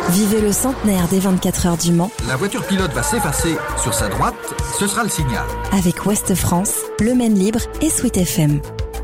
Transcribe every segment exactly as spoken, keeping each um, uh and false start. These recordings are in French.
Vivez le centenaire des vingt-quatre heures du Mans. La voiture pilote va s'effacer sur sa droite, ce sera le signal. Avec Ouest France, Le Maine Libre et Sweet F M.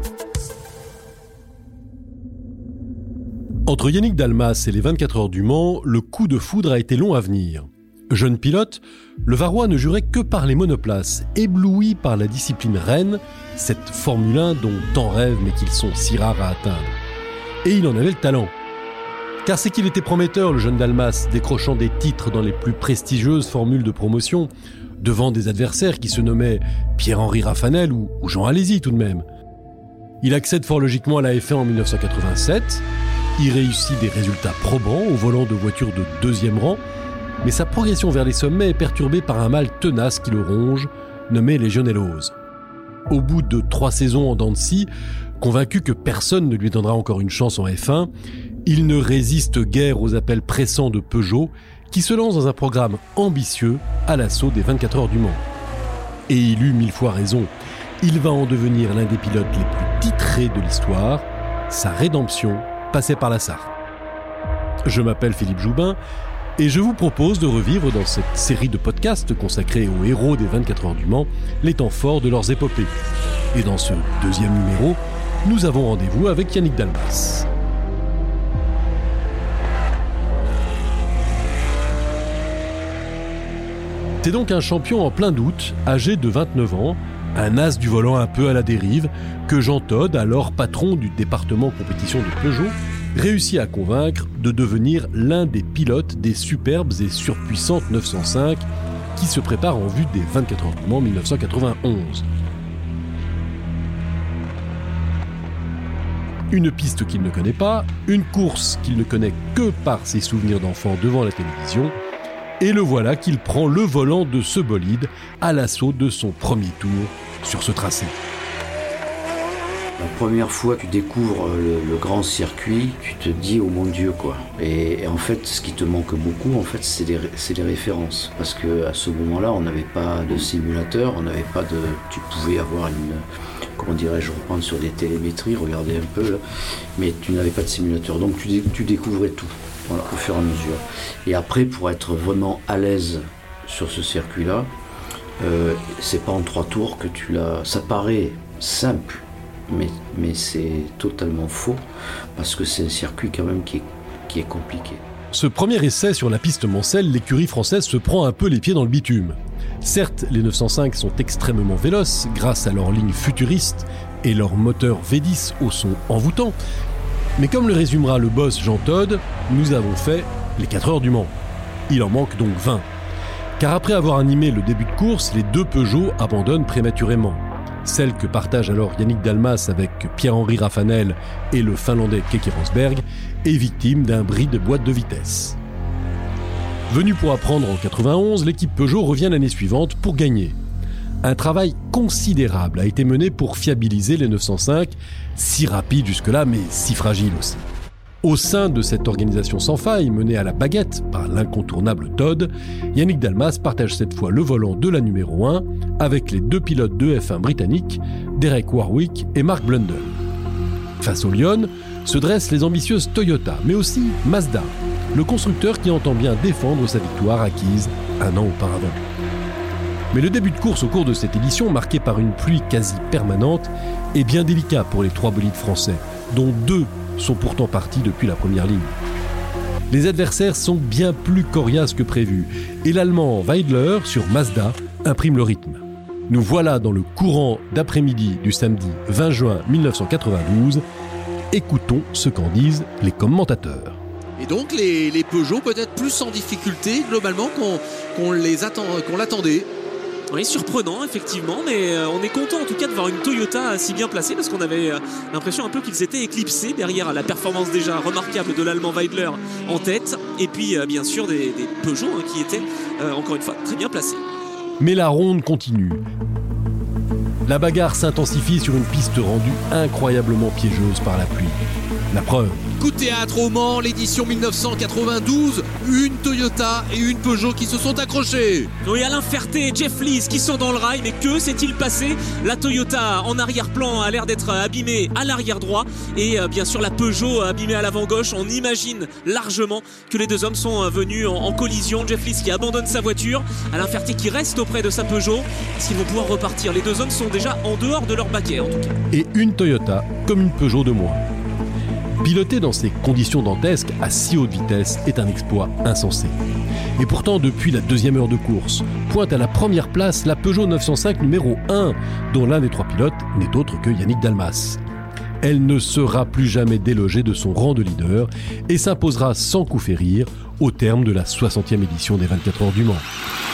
Entre Yannick Dalmas et les vingt-quatre heures du Mans, le coup de foudre a été long à venir. Jeune pilote, le Varois ne jurait que par les monoplaces, ébloui par la discipline reine, cette Formule un dont tant rêvent mais qu'ils sont si rares à atteindre. Et il en avait le talent. Car c'est qu'il était prometteur, le jeune Dalmas, décrochant des titres dans les plus prestigieuses formules de promotion, devant des adversaires qui se nommaient Pierre-Henri Raffanel ou, ou Jean Alesi tout de même. Il accède fort logiquement à la F un en dix-neuf cent quatre-vingt-sept, il réussit des résultats probants au volant de voitures de deuxième rang, mais sa progression vers les sommets est perturbée par un mal tenace qui le ronge, nommé légionellose. Au bout de trois saisons en dents de scie, convaincu que personne ne lui donnera encore une chance en F un, il ne résiste guère aux appels pressants de Peugeot, qui se lance dans un programme ambitieux à l'assaut des vingt-quatre heures du Mans. Et il eut mille fois raison. Il va en devenir l'un des pilotes les plus titrés de l'histoire. Sa rédemption passait par la Sarthe. Je m'appelle Philippe Joubin et je vous propose de revivre dans cette série de podcasts consacrés aux héros des vingt-quatre heures du Mans les temps forts de leurs épopées. Et dans ce deuxième numéro, nous avons rendez-vous avec Yannick Dalmas. C'est donc un champion en plein doute, âgé de vingt-neuf ans, un as du volant un peu à la dérive, que Jean Todt, alors patron du département compétition de Peugeot, réussit à convaincre de devenir l'un des pilotes des superbes et surpuissantes neuf cent cinq qui se préparent en vue des vingt-quatre heures du Mans dix-neuf cent quatre-vingt-onze. Une piste qu'il ne connaît pas, une course qu'il ne connaît que par ses souvenirs d'enfant devant la télévision, et le voilà qu'il prend le volant de ce bolide à l'assaut de son premier tour sur ce tracé. La première fois que tu découvres le, le grand circuit, tu te dis oh mon Dieu quoi. Et, et en fait, ce qui te manque beaucoup, en fait, c'est les, c'est les références. Parce que à ce moment-là, on n'avait pas de simulateur, on n'avait pas de. Tu pouvais avoir une, comment dirais-je, reprendre sur des télémétries, regarder un peu là, mais tu n'avais pas de simulateur. Donc tu, tu découvrais tout. Voilà, au fur et à mesure. Et après, pour être vraiment à l'aise sur ce circuit-là, euh, c'est pas en trois tours que tu l'as. Ça paraît simple, mais, mais c'est totalement faux, parce que c'est un circuit quand même qui est, qui est compliqué. Ce premier essai sur la piste Mansell, l'écurie française se prend un peu les pieds dans le bitume. Certes, les neuf cent cinq sont extrêmement véloces, grâce à leur ligne futuriste et leur moteur V dix au son envoûtant. Mais comme le résumera le boss Jean Todt, nous avons fait les quatre heures du Mans. Il en manque donc vingt. Car après avoir animé le début de course, les deux Peugeot abandonnent prématurément. Celle que partage alors Yannick Dalmas avec Pierre-Henri Raffanel et le Finlandais Keke Rosberg est victime d'un bris de boîte de vitesse. Venue pour apprendre en quatre-vingt-onze, l'équipe Peugeot revient l'année suivante pour gagner. Un travail considérable a été mené pour fiabiliser les neuf cent cinq, si rapides jusque-là, mais si fragiles aussi. Au sein de cette organisation sans faille, menée à la baguette par l'incontournable Todt, Yannick Dalmas partage cette fois le volant de la numéro un avec les deux pilotes de F un britanniques, Derek Warwick et Mark Blundell. Face aux Lions, se dressent les ambitieuses Toyota, mais aussi Mazda, le constructeur qui entend bien défendre sa victoire acquise un an auparavant. Mais le début de course au cours de cette édition, marqué par une pluie quasi permanente, est bien délicat pour les trois bolides français, dont deux sont pourtant partis depuis la première ligne. Les adversaires sont bien plus coriaces que prévu, et l'Allemand Weidler, sur Mazda, imprime le rythme. Nous voilà dans le courant d'après-midi du samedi vingt juin dix-neuf cent quatre-vingt-douze. Écoutons ce qu'en disent les commentateurs. Et donc les, les Peugeot peut-être plus en difficulté globalement qu'on, qu'on, les attend, qu'on l'attendait. Oui, surprenant effectivement, mais euh, on est content en tout cas de voir une Toyota si bien placée parce qu'on avait euh, l'impression un peu qu'ils étaient éclipsés derrière la performance déjà remarquable de l'Allemand Weidler en tête et puis euh, bien sûr des, des Peugeot hein, qui étaient euh, encore une fois très bien placés. Mais la ronde continue. La bagarre s'intensifie sur une piste rendue incroyablement piégeuse par la pluie. La preuve, coup de théâtre au Mans, l'édition mille neuf cent quatre-vingt-douze, une Toyota et une Peugeot qui se sont accrochées. Oui, Alain Ferté et Jeff Lees qui sont dans le rail, mais que s'est-il passé? La Toyota en arrière-plan a l'air d'être abîmée à l'arrière droit et euh, bien sûr la Peugeot abîmée à l'avant gauche. On imagine largement que les deux hommes sont venus en, en collision. Jeff Lees qui abandonne sa voiture, Alain Ferté qui reste auprès de sa Peugeot. Est-ce qu'ils vont pouvoir repartir? Les deux hommes sont déjà en dehors de leur baquet en tout cas. Et une Toyota comme une Peugeot de moins. Piloter dans ces conditions dantesques à si haute vitesse est un exploit insensé. Et pourtant, depuis la deuxième heure de course, pointe à la première place la Peugeot neuf cent cinq numéro un, dont l'un des trois pilotes n'est autre que Yannick Dalmas. Elle ne sera plus jamais délogée de son rang de leader et s'imposera sans coup férir au terme de la soixantième édition des vingt-quatre heures du Mans.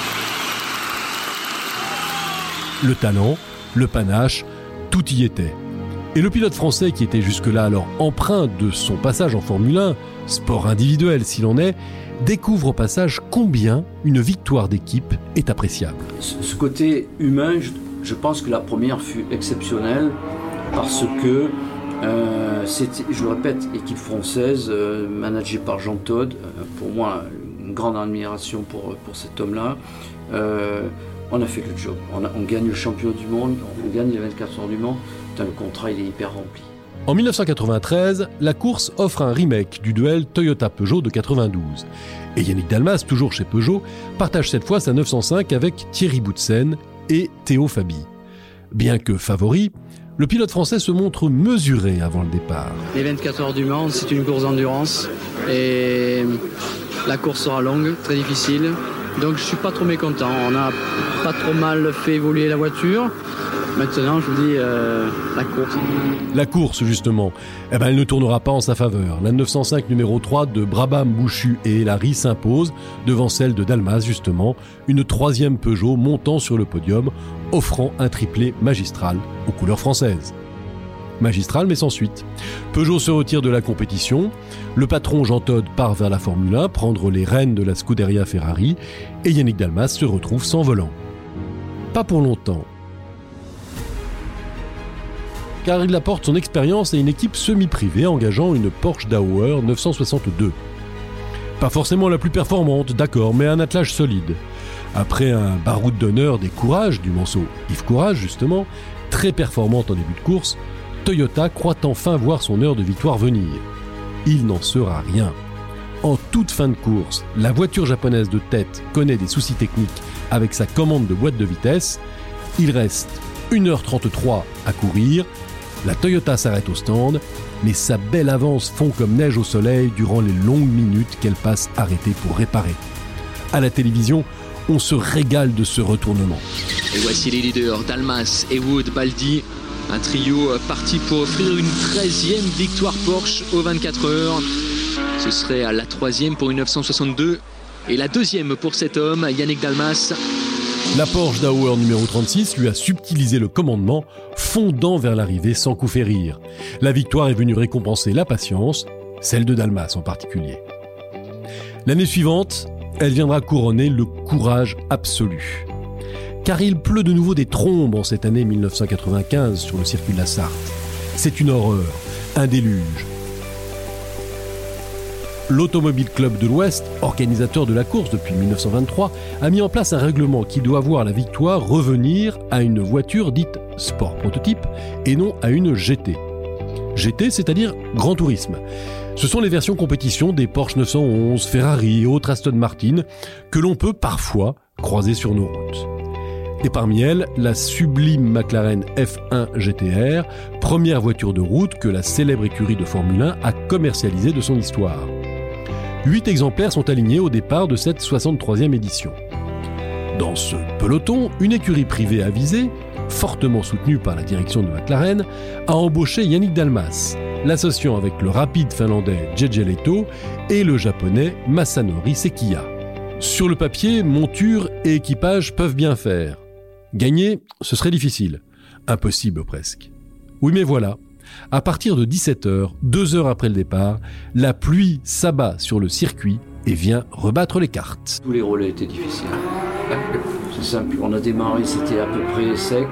Le talent, le panache, tout y était. Et le pilote français qui était jusque-là alors empreint de son passage en Formule un, sport individuel s'il en est, découvre au passage combien une victoire d'équipe est appréciable. Ce côté humain, je, je pense que la première fut exceptionnelle parce que, euh, c'était, je le répète, équipe française, euh, managée par Jean Todt, euh, pour moi une grande admiration pour, pour cet homme-là. Euh, on a fait le job, on, a, on gagne le championnat du monde, on gagne les vingt-quatre heures du Mans. Le contrat il est hyper rempli. En dix-neuf cent quatre-vingt-treize, la course offre un remake du duel Toyota-Peugeot de quatre-vingt-douze. Et Yannick Dalmas, toujours chez Peugeot, partage cette fois sa neuf cent cinq avec Thierry Boutsen et Théo Faby. Bien que favori, le pilote français se montre mesuré avant le départ. Les vingt-quatre heures du Mans, c'est une course d'endurance et la course sera longue, très difficile. Donc je suis pas trop mécontent. On n'a pas trop mal fait évoluer la voiture. Maintenant, je vous dis, euh, la course. La course, justement, eh ben, elle ne tournera pas en sa faveur. La neuf cent cinq numéro trois de Brabham, Bouchu et Elary s'impose devant celle de Dalmas, justement, une troisième Peugeot montant sur le podium, offrant un triplé magistral aux couleurs françaises. Magistral, mais sans suite. Peugeot se retire de la compétition, le patron Jean Todt part vers la Formule un, prendre les rênes de la Scuderia Ferrari, et Yannick Dalmas se retrouve sans volant. Pas pour longtemps. Car il apporte son expérience à une équipe semi-privée engageant une Porsche Dauer neuf cent soixante-deux. Pas forcément la plus performante, d'accord, mais un attelage solide. Après un baroud d'honneur des Courage, du Manceau Yves Courage justement, très performante en début de course, Toyota croit enfin voir son heure de victoire venir. Il n'en sera rien. En toute fin de course, la voiture japonaise de tête connaît des soucis techniques avec sa commande de boîte de vitesse. Il reste une heure trente-trois à courir. La Toyota s'arrête au stand, mais sa belle avance fond comme neige au soleil durant les longues minutes qu'elle passe arrêtée pour réparer. À la télévision, on se régale de ce retournement. Et voici les leaders, Dalmas, Heywood, Baldi, un trio parti pour offrir une treizième victoire Porsche aux vingt-quatre heures. Ce serait la troisième pour une neuf cent soixante-deux et la deuxième pour cet homme, Yannick Dalmas. La Porsche Dauer numéro trente-six lui a subtilisé le commandement, fondant vers l'arrivée sans coup férir. La victoire est venue récompenser la patience, celle de Dalmas en particulier. L'année suivante, elle viendra couronner le courage absolu. Car il pleut de nouveau des trombes en cette année dix-neuf cent quatre-vingt-quinze sur le circuit de la Sarthe. C'est une horreur, un déluge. L'Automobile Club de l'Ouest, organisateur de la course depuis dix-neuf cent vingt-trois, a mis en place un règlement qui doit voir la victoire revenir à une voiture dite sport prototype et non à une G T. G T, c'est-à-dire Grand Tourisme. Ce sont les versions compétition des Porsche neuf cent onze, Ferrari et autres Aston Martin que l'on peut parfois croiser sur nos routes. Et parmi elles, la sublime McLaren F un G T R, première voiture de route que la célèbre écurie de Formule un a commercialisée de son histoire. Huit exemplaires sont alignés au départ de cette soixante-troisième édition. Dans ce peloton, une écurie privée avisée, fortement soutenue par la direction de McLaren, a embauché Yannick Dalmas, l'associant avec le rapide finlandais J J Lehto et le japonais Masanori Sekiya. Sur le papier, monture et équipage peuvent bien faire. Gagner, ce serait difficile. Impossible presque. Oui mais voilà. À partir de dix-sept heures, deux heures après le départ, la pluie s'abat sur le circuit et vient rebattre les cartes. Tous les relais étaient difficiles. C'est simple, on a démarré, c'était à peu près sec.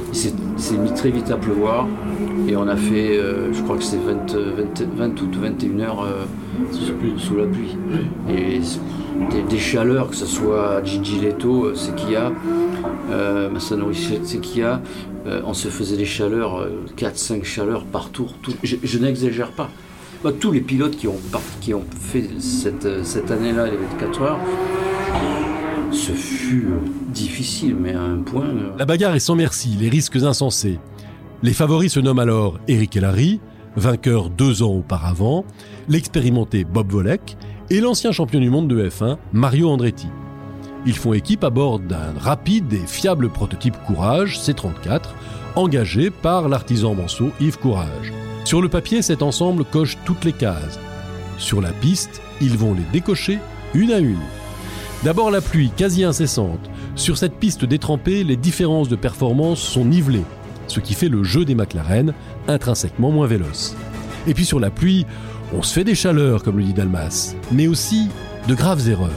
il s'est, il s'est mis très vite à pleuvoir et on a fait, euh, je crois que c'était vingt, vingt, vingt ou vingt et une heures euh, sous, sous la pluie. Et des, des chaleurs, que ce soit Gigi Leto, Sequia, euh, Masanori Sequia, euh, on se faisait des chaleurs, euh, quatre cinq chaleurs par tour. Tout, je, je n'exagère pas. Bah, tous les pilotes qui ont, qui ont fait cette, cette année-là, les vingt-quatre heures, ce fut difficile, mais à un point... Euh... La bagarre est sans merci, les risques insensés. Les favoris se nomment alors Eric Hellary, vainqueur deux ans auparavant, l'expérimenté Bob Volek et l'ancien champion du monde de F un, Mario Andretti. Ils font équipe à bord d'un rapide et fiable prototype Courage C trente-quatre, engagé par l'artisan manceau Yves Courage. Sur le papier, cet ensemble coche toutes les cases. Sur la piste, ils vont les décocher une à une. D'abord la pluie quasi incessante. Sur cette piste détrempée, les différences de performance sont nivelées, ce qui fait le jeu des McLaren intrinsèquement moins véloce. Et puis sur la pluie, on se fait des chaleurs, comme le dit Dalmas, mais aussi de graves erreurs.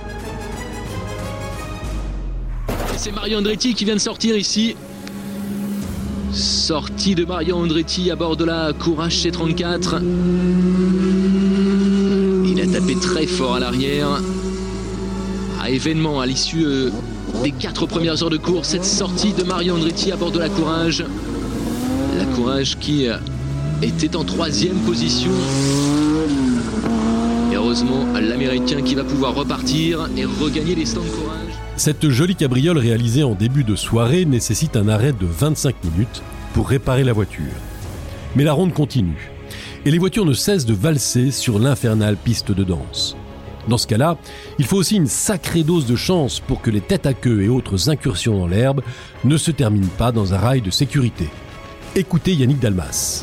C'est Mario Andretti qui vient de sortir ici. Sortie de Mario Andretti à bord de la Courage C trente-quatre. Il a tapé très fort à l'arrière. À événement à l'issue euh, des quatre premières heures de course, cette sortie de Mario Andretti à bord de la Courage. La Courage qui euh, était en troisième position. Et heureusement, l'Américain qui va pouvoir repartir et regagner les stands Courage. Cette jolie cabriole réalisée en début de soirée nécessite un arrêt de vingt-cinq minutes pour réparer la voiture. Mais la ronde continue, et les voitures ne cessent de valser sur l'infernale piste de danse. Dans ce cas-là, il faut aussi une sacrée dose de chance pour que les têtes à queue et autres incursions dans l'herbe ne se terminent pas dans un rail de sécurité. Écoutez Yannick Dalmas.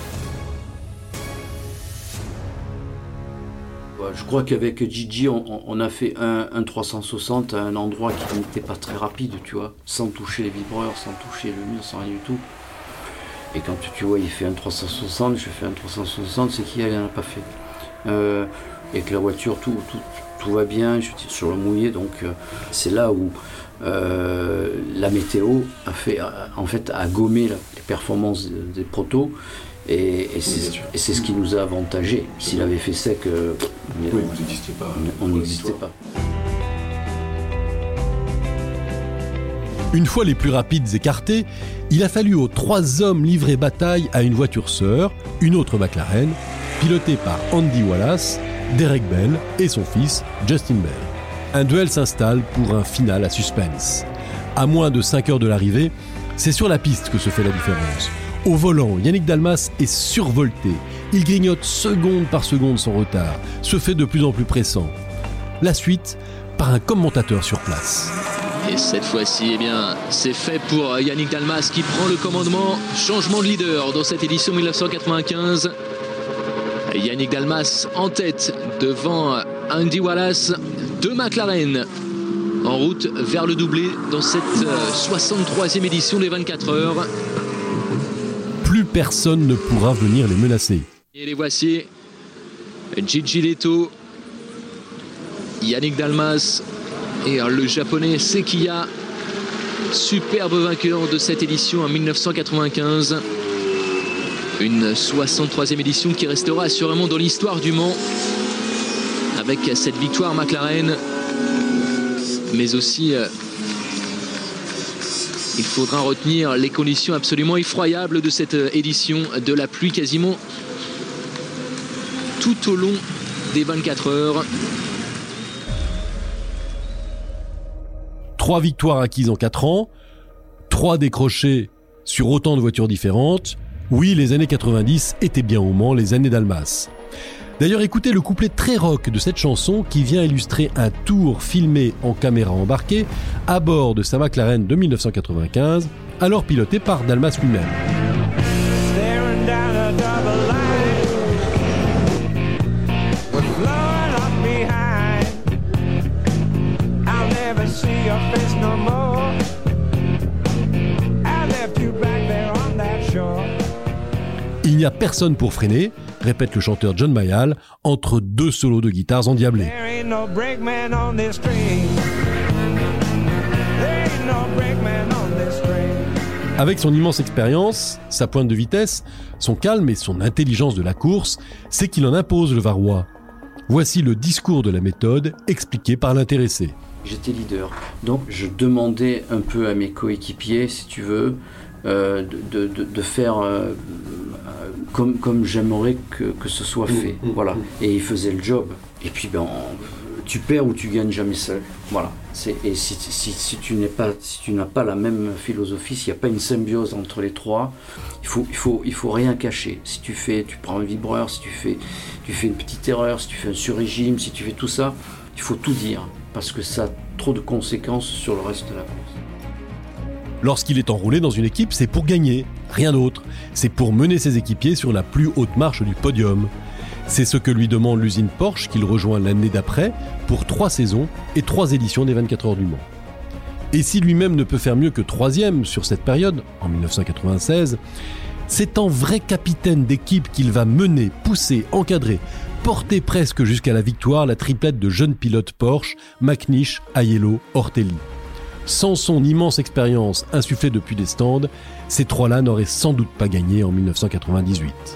Je crois qu'avec Gigi, on, on a fait un, un trois cent soixante à un endroit qui n'était pas très rapide, tu vois, sans toucher les vibreurs, sans toucher le mur, sans rien du tout. Et quand tu vois, il fait un trois cent soixante, je fais un trois cent soixante, c'est qu'il n'en a pas fait. Euh, et que la voiture, tout, tout, tout va bien, je tire sur le mouillé, donc euh, c'est là où euh, la météo a fait, a, en fait, a gommé la, les performances des, des protos. Et, et, c'est, et c'est ce qui nous a avantagé. S'il avait fait sec, euh, oui, vous n'existiez pas. On n'existait pas. Une fois les plus rapides écartés, il a fallu aux trois hommes livrer bataille à une voiture sœur, une autre McLaren, pilotée par Andy Wallace, Derek Bell et son fils Justin Bell. Un duel s'installe pour un final à suspense. À moins de cinq heures de l'arrivée, c'est sur la piste que se fait la différence. Au volant, Yannick Dalmas est survolté. Il grignote seconde par seconde son retard, se fait de plus en plus pressant. La suite, par un commentateur sur place. Et cette fois-ci, eh bien, c'est fait pour Yannick Dalmas qui prend le commandement. Changement de leader dans cette édition mille neuf cent quatre-vingt-quinze. Yannick Dalmas en tête devant Andy Wallace de McLaren. En route vers le doublé dans cette soixante-troisième édition des vingt-quatre heures. Plus personne ne pourra venir les menacer. Et les voici, Gigi Leto, Yannick Dalmas et le japonais Sequia, superbe vainqueur de cette édition en mille neuf cent quatre-vingt-quinze. Une soixante-troisième édition qui restera assurément dans l'histoire du Mans, avec cette victoire McLaren, mais aussi... Euh, Il faudra retenir les conditions absolument effroyables de cette édition, de la pluie quasiment tout au long des vingt-quatre heures. Trois victoires acquises en quatre ans, trois décrochés sur autant de voitures différentes. Oui, les années quatre-vingt-dix étaient bien au Mans, les années Dalmas. D'ailleurs, écoutez le couplet très rock de cette chanson qui vient illustrer un tour filmé en caméra embarquée à bord de sa McLaren de mille neuf cent quatre-vingt-quinze, alors pilotée par Dalmas lui-même. Il n'y a personne pour freiner, répète le chanteur John Mayall, entre deux solos de guitares endiablés. Avec son immense expérience, sa pointe de vitesse, son calme et son intelligence de la course, c'est qu'il en impose le Varois. Voici le discours de la méthode expliqué par l'intéressé. J'étais leader, donc je demandais un peu à mes coéquipiers, si tu veux, euh, de, de, de faire euh, comme, comme j'aimerais que, que ce soit fait. Voilà. Et ils faisaient le job. Et puis, ben, on, tu perds ou tu gagnes jamais seul. Voilà. C'est, et si, si, si tu n'es pas, si tu n'as pas la même philosophie, s'il n'y a pas une symbiose entre les trois, il faut, il faut, il faut rien cacher. Si tu fais, tu prends un vibreur, si tu fais, tu fais une petite erreur, si tu fais un sur-régime, si tu fais tout ça, il faut tout dire. Parce que ça a trop de conséquences sur le reste de la course. Lorsqu'il est enrôlé dans une équipe, c'est pour gagner, rien d'autre. C'est pour mener ses équipiers sur la plus haute marche du podium. C'est ce que lui demande l'usine Porsche qu'il rejoint l'année d'après pour trois saisons et trois éditions des vingt-quatre heures du Mans. Et si lui-même ne peut faire mieux que troisième sur cette période, en dix-neuf cent quatre-vingt-seize, c'est en vrai capitaine d'équipe qu'il va mener, pousser, encadrer, porter presque jusqu'à la victoire la triplette de jeunes pilotes Porsche, McNish, Aiello, Ortelli. Sans son immense expérience insufflée depuis des stands, ces trois-là n'auraient sans doute pas gagné en dix-neuf cent quatre-vingt-dix-huit.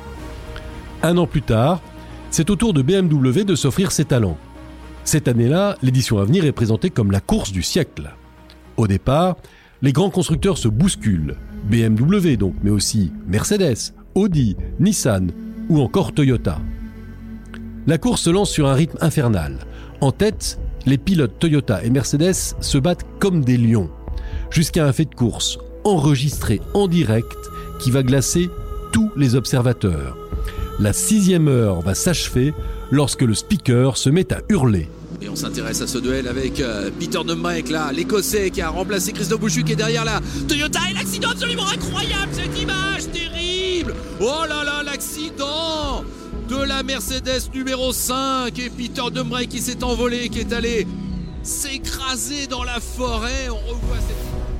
Un an plus tard, c'est au tour de B M W de s'offrir ses talents. Cette année-là, l'édition à venir est présentée comme la course du siècle. Au départ, les grands constructeurs se bousculent, B M W donc, mais aussi Mercedes, Audi, Nissan ou encore Toyota. La course se lance sur un rythme infernal. En tête, les pilotes Toyota et Mercedes se battent comme des lions, jusqu'à un fait de course enregistré en direct qui va glacer tous les observateurs. La sixième heure va s'achever lorsque le speaker se met à hurler. Et on s'intéresse à ce duel avec euh, Peter Numbrek, là, l'Écossais qui a remplacé Christophe Bouchut qui est derrière la Toyota. Et l'accident absolument incroyable, cette image terrible. Oh là là, l'accident de la Mercedes numéro cinq et Peter Numbrek qui s'est envolé, qui est allé s'écraser dans la forêt. On revoit cette...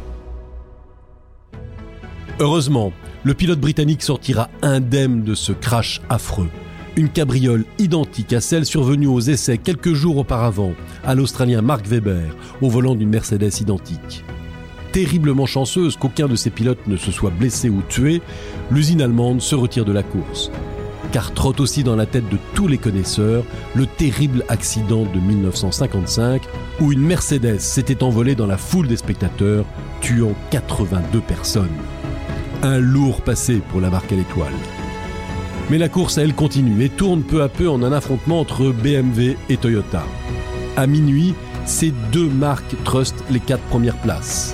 Heureusement, le pilote britannique sortira indemne de ce crash affreux. Une cabriole identique à celle survenue aux essais quelques jours auparavant à l'Australien Mark Webber au volant d'une Mercedes identique. Terriblement chanceuse qu'aucun de ses pilotes ne se soit blessé ou tué, l'usine allemande se retire de la course. Car trotte aussi dans la tête de tous les connaisseurs le terrible accident de dix-neuf cent cinquante-cinq où une Mercedes s'était envolée dans la foule des spectateurs, tuant quatre-vingt-deux personnes. Un lourd passé pour la marque à l'étoile. Mais la course, elle, continue et tourne peu à peu en un affrontement entre B M W et Toyota. À minuit, ces deux marques trustent les quatre premières places.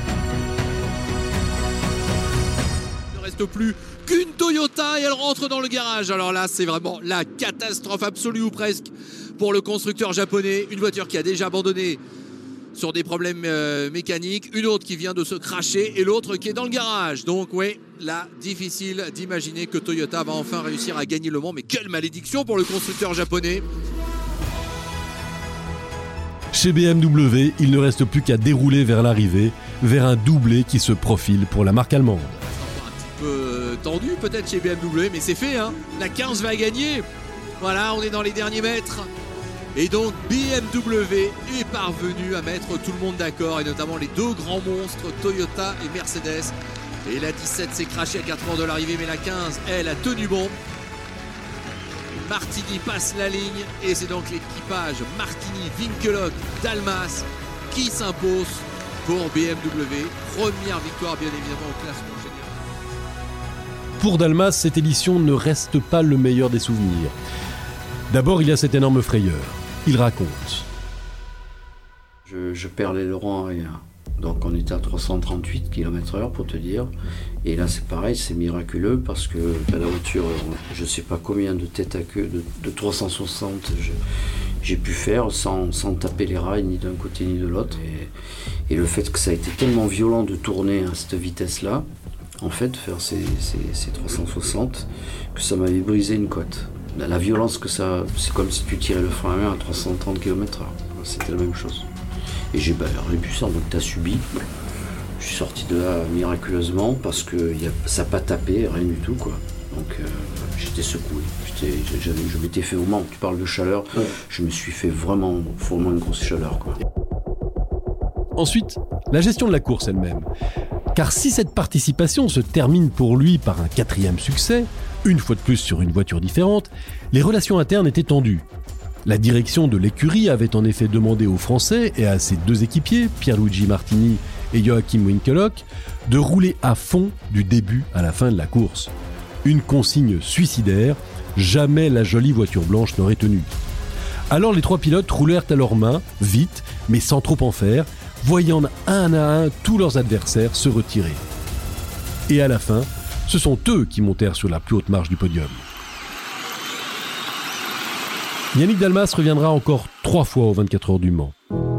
Il ne reste plus qu'une Toyota et elle rentre dans le garage. Alors là, c'est vraiment la catastrophe absolue ou presque pour le constructeur japonais. Une voiture qui a déjà abandonné sur des problèmes euh, mécaniques, une autre qui vient de se cracher et l'autre qui est dans le garage. Donc oui, là, difficile d'imaginer que Toyota va enfin réussir à gagner le Mans. Mais quelle malédiction pour le constructeur japonais. Chez B M W, il ne reste plus qu'à dérouler vers l'arrivée, vers un doublé qui se profile pour la marque allemande. Un petit peu tendu peut-être chez B M W, mais c'est fait, hein. La quinze va gagner. Voilà, on est dans les derniers mètres. Et donc B M W est parvenu à mettre tout le monde d'accord, et notamment les deux grands monstres, Toyota et Mercedes. Et la dix-sept s'est crachée à quatre heures de l'arrivée, mais la quinze, elle, a tenu bon. Martini passe la ligne, et c'est donc l'équipage Martini, Winkelhock, Dalmas qui s'impose pour B M W. Première victoire, bien évidemment, au classement général. Pour Dalmas, cette édition ne reste pas le meilleur des souvenirs. D'abord, il y a cette énorme frayeur. Il raconte. Je, je perds l'aileron arrière. Donc on était à trois cent trente-huit kilomètres heure pour te dire. Et là c'est pareil, c'est miraculeux parce que la voiture, je ne sais pas combien de têtes à queue, de, de trois cent soixante, je, j'ai pu faire sans, sans taper les rails ni d'un côté ni de l'autre. Et, et le fait que ça a été tellement violent de tourner à cette vitesse-là, en fait, faire ces, ces, ces trois cent soixante, que ça m'avait brisé une côte. La, la violence que ça, c'est comme si tu tirais le frein à main à trois cent trente kilomètres heure. C'était la même chose. Et j'ai bah, répuissant, donc tu as subi. Je suis sorti de là miraculeusement parce que y a, ça n'a pas tapé, rien du tout, quoi. Donc euh, j'étais secoué. J'étais, j'avais, je m'étais fait au Mans, tu parles de chaleur, ouais. Je me suis fait vraiment, vraiment une grosse chaleur, quoi. Ensuite, la gestion de la course elle-même. Car si cette participation se termine pour lui par un quatrième succès, une fois de plus sur une voiture différente, les relations internes étaient tendues. La direction de l'écurie avait en effet demandé aux Français et à ses deux équipiers, Pierluigi Martini et Joachim Winkelhock, de rouler à fond du début à la fin de la course. Une consigne suicidaire, jamais la jolie voiture blanche n'aurait tenu. Alors les trois pilotes roulèrent à leurs mains, vite, mais sans trop en faire, voyant un à un tous leurs adversaires se retirer. Et à la fin, ce sont eux qui montèrent sur la plus haute marche du podium. Yannick Dalmas reviendra encore trois fois aux vingt-quatre heures du Mans.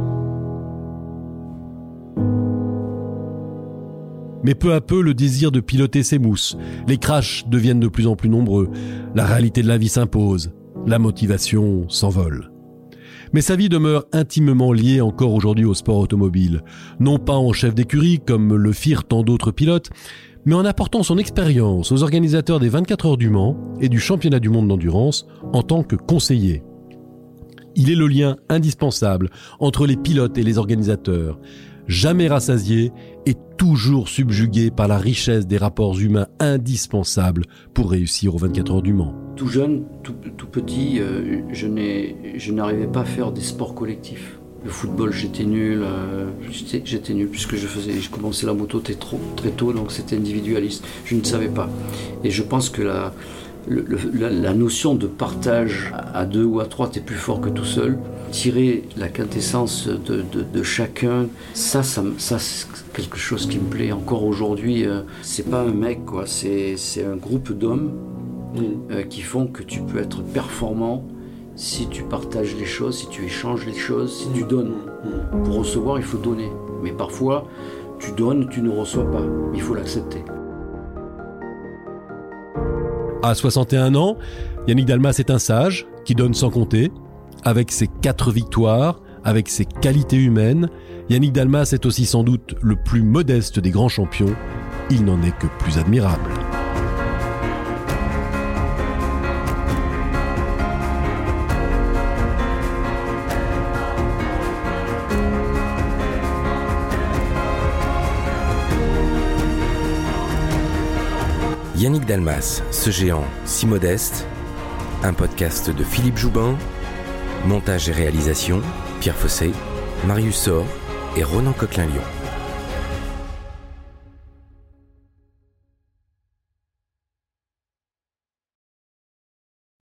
Mais peu à peu, le désir de piloter s'émousse. Les crashs deviennent de plus en plus nombreux. La réalité de la vie s'impose. La motivation s'envole. Mais sa vie demeure intimement liée encore aujourd'hui au sport automobile. Non pas en chef d'écurie, comme le firent tant d'autres pilotes, mais en apportant son expérience aux organisateurs des vingt-quatre heures du Mans et du championnat du monde d'endurance en tant que conseiller. Il est le lien indispensable entre les pilotes et les organisateurs, jamais rassasié et toujours subjugué par la richesse des rapports humains indispensables pour réussir aux vingt-quatre heures du Mans. Tout jeune, tout, tout petit, euh, je, n'ai, je n'arrivais pas à faire des sports collectifs. Le football, j'étais nul, euh, j'étais, j'étais nul puisque je faisais, je commençais la moto très, trop, très tôt, donc c'était individualiste. Je ne savais pas. Et je pense que la, le, la, la notion de partage à deux ou à trois, t'es plus fort que tout seul. Tirer la quintessence de, de, de chacun, ça, ça, ça, c'est quelque chose qui me plaît encore aujourd'hui. Euh, c'est pas un mec, quoi. C'est, c'est un groupe d'hommes euh, qui font que tu peux être performant. Si tu partages les choses, si tu échanges les choses, si tu donnes. Pour recevoir, il faut donner. Mais parfois, tu donnes, tu ne reçois pas. Il faut l'accepter. À soixante et un ans, Yannick Dalmas est un sage qui donne sans compter. Avec ses quatre victoires, avec ses qualités humaines, Yannick Dalmas est aussi sans doute le plus modeste des grands champions. Il n'en est que plus admirable. Yannick Dalmas, ce géant si modeste, un podcast de Philippe Joubin, montage et réalisation, Pierre Fossé, Marius Sor et Ronan Coquelin-Lyon.